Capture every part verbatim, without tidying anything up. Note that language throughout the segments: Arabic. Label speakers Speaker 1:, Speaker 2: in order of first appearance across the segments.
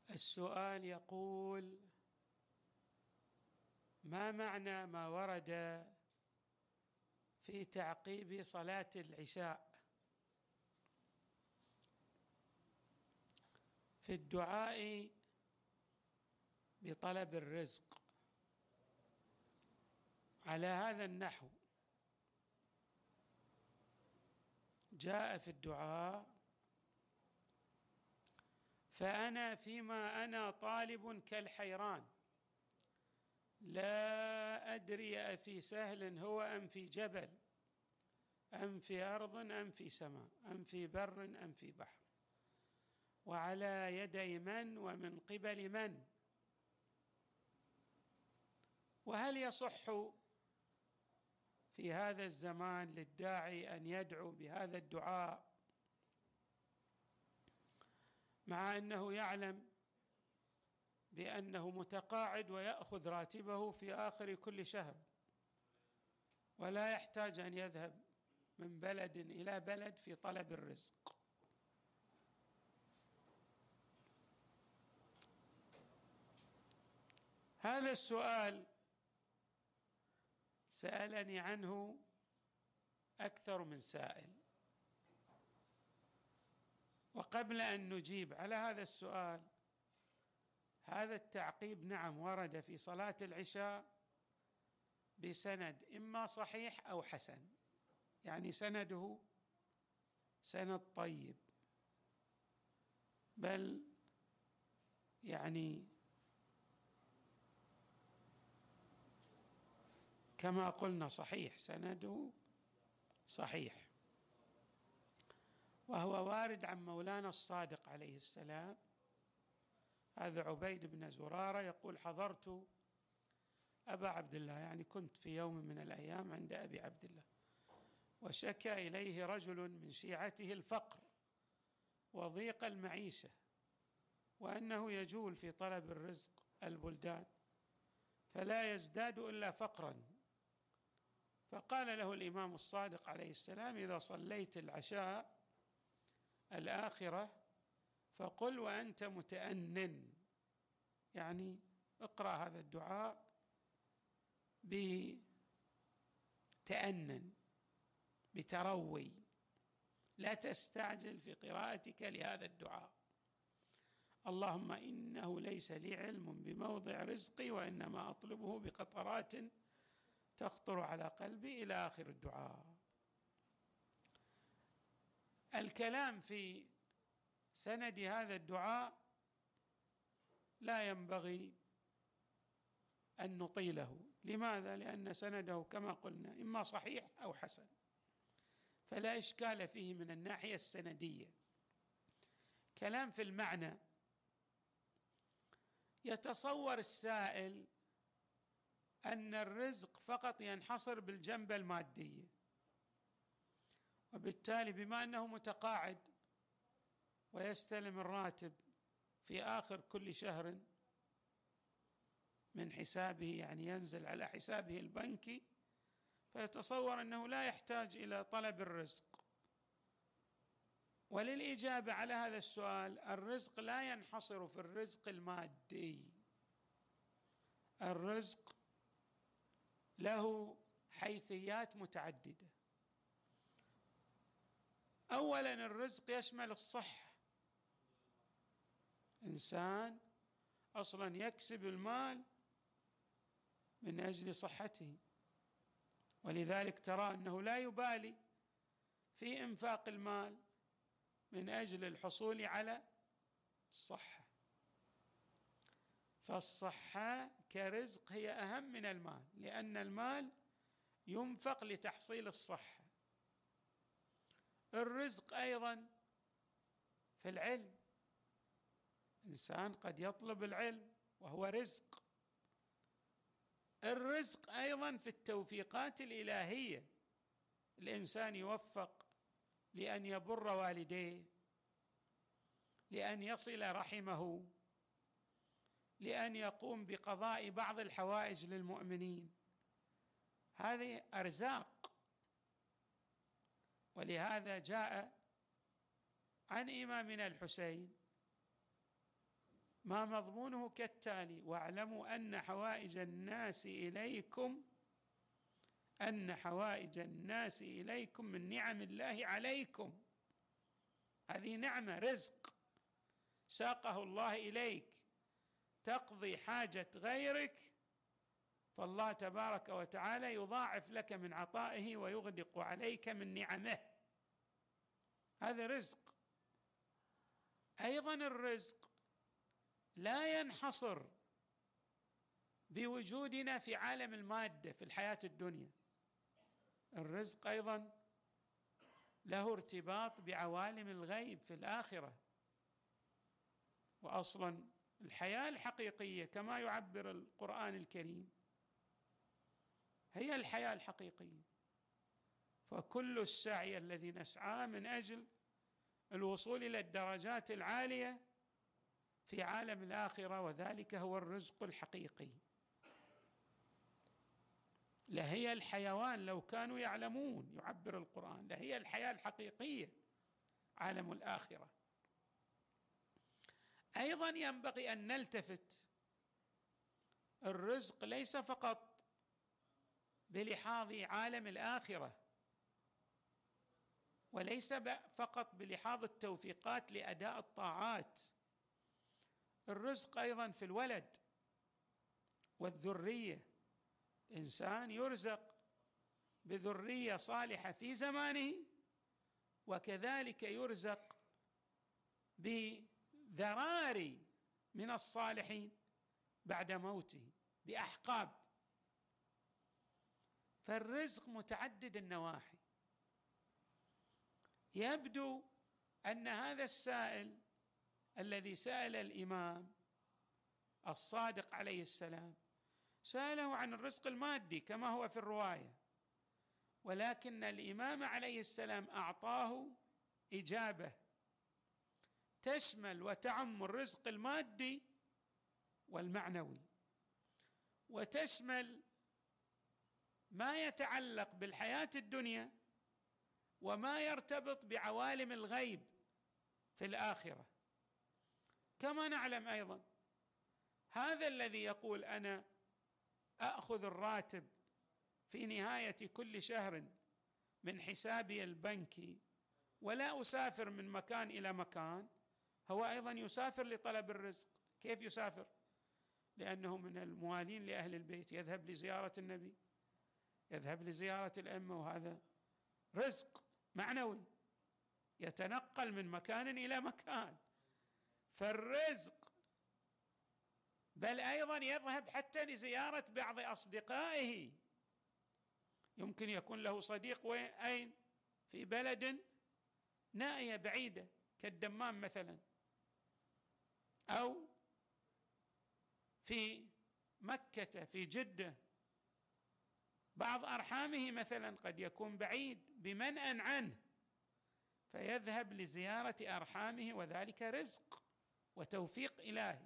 Speaker 1: السؤال يقول: ما معنى ما ورد في تعقيب صلاة العشاء في الدعاء بطلب الرزق على هذا النحو؟ جاء في الدعاء: فأنا فيما أنا طالب كالحيران، لا أدري أفي سهل هو أم في جبل، أم في أرض أم في سماء، أم في بر أم في بحر، وعلى يدي من ومن قبل من؟ وهل يصح في هذا الزمان للداعي أن يدعو بهذا الدعاء مع أنه يعلم بأنه متقاعد ويأخذ راتبه في آخر كل شهر ولا يحتاج أن يذهب من بلد إلى بلد في طلب الرزق؟ هذا السؤال سألني عنه أكثر من سائل، وقبل أن نجيب على هذا السؤال، هذا التعقيب نعم ورد في صلاة العشاء بسند إما صحيح أو حسن، يعني سنده سند طيب، بل يعني كما قلنا صحيح، سنده صحيح، وهو وارد عن مولانا الصادق عليه السلام. هذا عبيد بن زرارة يقول: حضرت أبا عبد الله، يعني كنت في يوم من الأيام عند أبي عبد الله، وشكى إليه رجل من شيعته الفقر وضيق المعيشة، وأنه يجول في طلب الرزق البلدان فلا يزداد إلا فقرا. فقال له الإمام الصادق عليه السلام: إذا صليت العشاء الآخرة فقل وأنت متأنن، يعني اقرأ هذا الدعاء بتأنن بتروي، لا تستعجل في قراءتك لهذا الدعاء. اللهم إنه ليس لي علم بموضع رزقي وإنما أطلبه بقطرات تخطر على قلبي، إلى آخر الدعاء. الكلام في سند هذا الدعاء لا ينبغي أن نطيله. لماذا؟ لأن سنده كما قلنا إما صحيح أو حسن، فلا إشكال فيه من الناحية السندية. كلام في المعنى: يتصور السائل أن الرزق فقط ينحصر بالجنبة المادية، وبالتالي بما أنه متقاعد ويستلم الراتب في آخر كل شهر من حسابه، يعني ينزل على حسابه البنكي، فيتصور أنه لا يحتاج إلى طلب الرزق. وللإجابة على هذا السؤال، الرزق لا ينحصر في الرزق المادي، الرزق له حيثيات متعددة. أولاً الرزق يشمل الصحة، إنسان أصلاً يكسب المال من أجل صحته، ولذلك ترى أنه لا يبالي في إنفاق المال من أجل الحصول على الصحة. فالصحة كرزق هي أهم من المال، لأن المال ينفق لتحصيل الصحة. الرزق أيضا في العلم، إنسان قد يطلب العلم وهو رزق. الرزق أيضا في التوفيقات الإلهية، الإنسان يوفق لأن يبر والديه، لأن يصل رحمه، لأن يقوم بقضاء بعض الحوائج للمؤمنين، هذه أرزاق. ولهذا جاء عن إمامنا الحسين ما مضمونه كالتالي: واعلموا أن حوائج الناس إليكم أن حوائج الناس إليكم من نعم الله عليكم. هذه نعمة، رزق ساقه الله إليك تقضي حاجة غيرك، فالله تبارك وتعالى يضاعف لك من عطائه ويغدق عليك من نعمه. هذا رزق. أيضا الرزق لا ينحصر بوجودنا في عالم المادة في الحياة الدنيا، الرزق أيضا له ارتباط بعوالم الغيب في الآخرة. وأصلا الحياة الحقيقية كما يعبر القرآن الكريم هي الحياة الحقيقية، فكل السعي الذي نسعاه من أجل الوصول إلى الدرجات العالية في عالم الآخرة، وذلك هو الرزق الحقيقي. لهي الحيوان لو كانوا يعلمون، يعبر القرآن، لهي الحياة الحقيقية عالم الآخرة. أيضا ينبغي أن نلتفت، الرزق ليس فقط بلحاظ عالم الآخرة، وليس فقط بلحاظ التوفيقات لأداء الطاعات، الرزق أيضا في الولد والذرية. الإنسان يرزق بذرية صالحة في زمانه، وكذلك يرزق بذراري من الصالحين بعد موته، بأحقاب. فالرزق متعدد النواحي. يبدو أن هذا السائل الذي سأل الإمام الصادق عليه السلام سأله عن الرزق المادي كما هو في الرواية، ولكن الإمام عليه السلام أعطاه إجابة تشمل وتعم الرزق المادي والمعنوي، وتشمل ما يتعلق بالحياة الدنيا وما يرتبط بعوالم الغيب في الآخرة. كما نعلم أيضا هذا الذي يقول أنا أخذ الراتب في نهاية كل شهر من حسابي البنكي ولا أسافر من مكان إلى مكان، هو أيضا يسافر لطلب الرزق. كيف يسافر؟ لأنه من الموالين لأهل البيت، يذهب لزيارة النبي، يذهب لزيارة الأمة، وهذا رزق معنوي يتنقل من مكان إلى مكان. فالرزق بل أيضا يذهب حتى لزيارة بعض أصدقائه. يمكن يكون له صديق وين أين في بلد نائية بعيدة كالدمام مثلا، أو في مكة في جدة. بعض أرحامه مثلا قد يكون بعيد بمنأ عنه، فيذهب لزيارة أرحامه، وذلك رزق وتوفيق إلهي.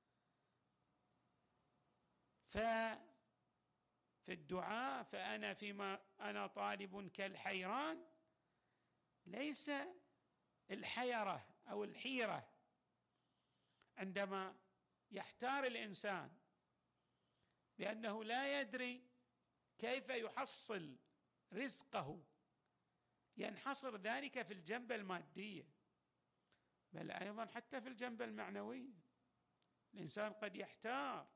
Speaker 1: ففي الدعاء فأنا فيما أنا طالب كالحيران، ليس الحيرة أو الحيرة عندما يحتار الإنسان بأنه لا يدري كيف يحصل رزقه، ينحصر ذلك في الجنبة المادية، بل أيضا حتى في الجنبة المعنوية. الإنسان قد يحتار،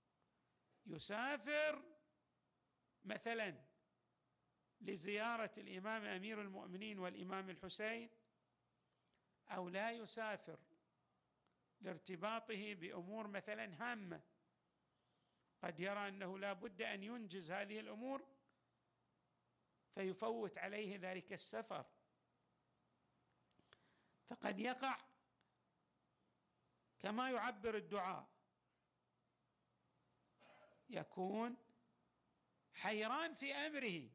Speaker 1: يسافر مثلا لزيارة الإمام أمير المؤمنين والإمام الحسين، أو لا يسافر لارتباطه بأمور مثلا هامة، قد يرى أنه لا بد أن ينجز هذه الأمور فيفوت عليه ذلك السفر، فقد يقع كما يعبر الدعاء، يكون حيران في أمره.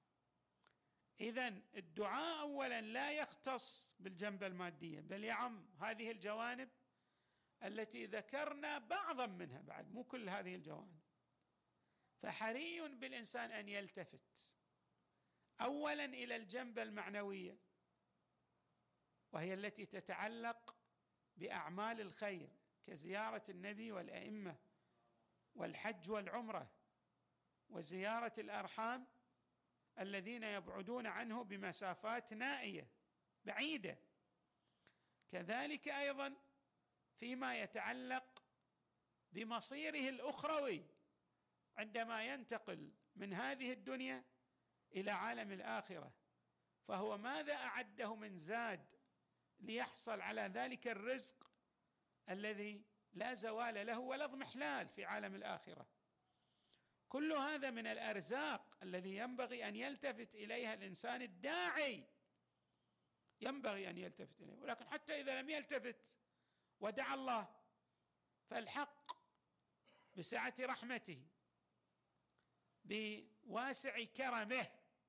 Speaker 1: إذن الدعاء أولا لا يختص بالجنبة المادية، بل يعم هذه الجوانب التي ذكرنا بعضا منها، بعد مو كل هذه الجوانب. فحري بالإنسان أن يلتفت أولا إلى الجنبة المعنوية، وهي التي تتعلق بأعمال الخير كزيارة النبي والأئمة والحج والعمرة وزيارة الأرحام الذين يبعدون عنه بمسافات نائية بعيدة. كذلك أيضا فيما يتعلق بمصيره الأخروي عندما ينتقل من هذه الدنيا إلى عالم الآخرة، فهو ماذا أعده من زاد ليحصل على ذلك الرزق الذي لا زوال له ولا اضمحلال في عالم الآخرة. كل هذا من الأرزاق الذي ينبغي أن يلتفت إليها الإنسان الداعي، ينبغي أن يلتفت إليه. ولكن حتى إذا لم يلتفت ودعا الله، فالحق بسعة رحمته بواسع كرمه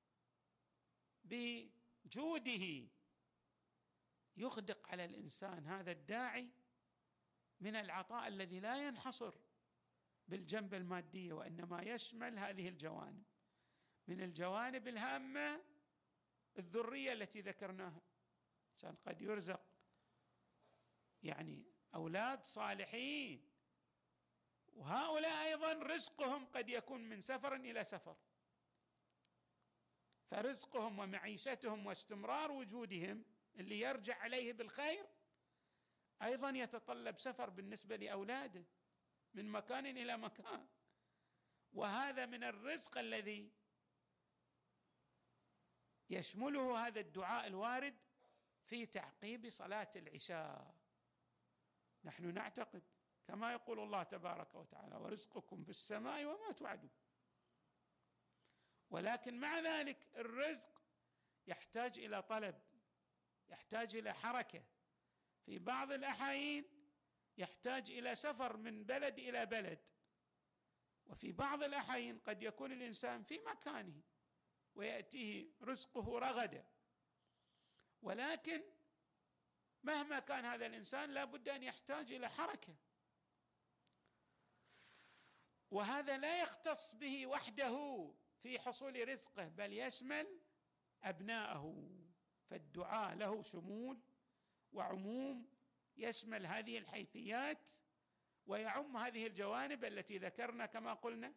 Speaker 1: بجوده يغدق على الإنسان هذا الداعي من العطاء الذي لا ينحصر بالجنب المادية، وإنما يشمل هذه الجوانب. من الجوانب الهامة الذرية التي ذكرناها، الإنسان قد يرزق يعني أولاد صالحين، وهؤلاء أيضا رزقهم قد يكون من سفر إلى سفر، فرزقهم ومعيشتهم واستمرار وجودهم اللي يرجع عليه بالخير أيضا يتطلب سفر بالنسبة لأولاده من مكان إلى مكان. وهذا من الرزق الذي يشمله هذا الدعاء الوارد في تعقيب صلاة العشاء. نحن نعتقد كما يقول الله تبارك وتعالى: ورزقكم في السماء وما توعدون. ولكن مع ذلك الرزق يحتاج إلى طلب، يحتاج إلى حركة، في بعض الأحايين يحتاج إلى سفر من بلد إلى بلد، وفي بعض الأحايين قد يكون الإنسان في مكانه ويأتيه رزقه رغدا. ولكن مهما كان هذا الإنسان لا بد أن يحتاج إلى حركة، وهذا لا يختص به وحده في حصول رزقه، بل يشمل أبناءه. فالدعاء له شمول وعموم، يشمل هذه الحيثيات ويعم هذه الجوانب التي ذكرنا كما قلنا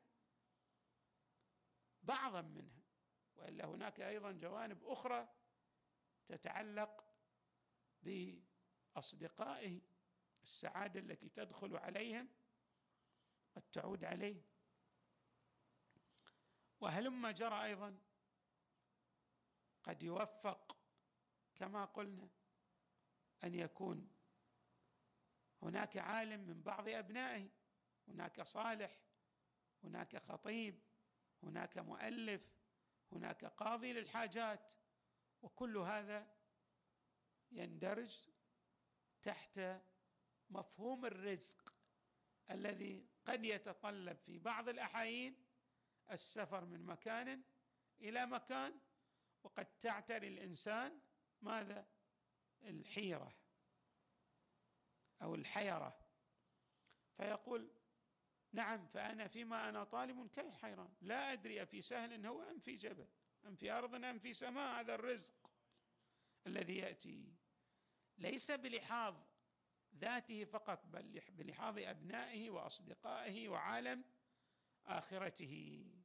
Speaker 1: بعضا منها، وإلا هناك أيضا جوانب أخرى تتعلق بأصدقائه، السعادة التي تدخل عليهم قد تعود عليه. وهلما جرى أيضا قد يوفق كما قلنا أن يكون هناك عالم من بعض أبنائه، هناك صالح، هناك خطيب، هناك مؤلف، هناك قاضي للحاجات، وكل هذا يندرج تحت مفهوم الرزق الذي قد يتطلب في بعض الأحايين السفر من مكان إلى مكان، وقد تعتري الإنسان ماذا؟ الحيرة أو الحيرة، فيقول: نعم، فأنا فيما أنا طالب كي حيران، لا أدري أفي سهل هو أم في جبل أم في أرض أم في سماء. هذا الرزق الذي يأتي ليس بلحاظ ذاته فقط، بل بلحاظ أبنائه وأصدقائه وعالم آخرته.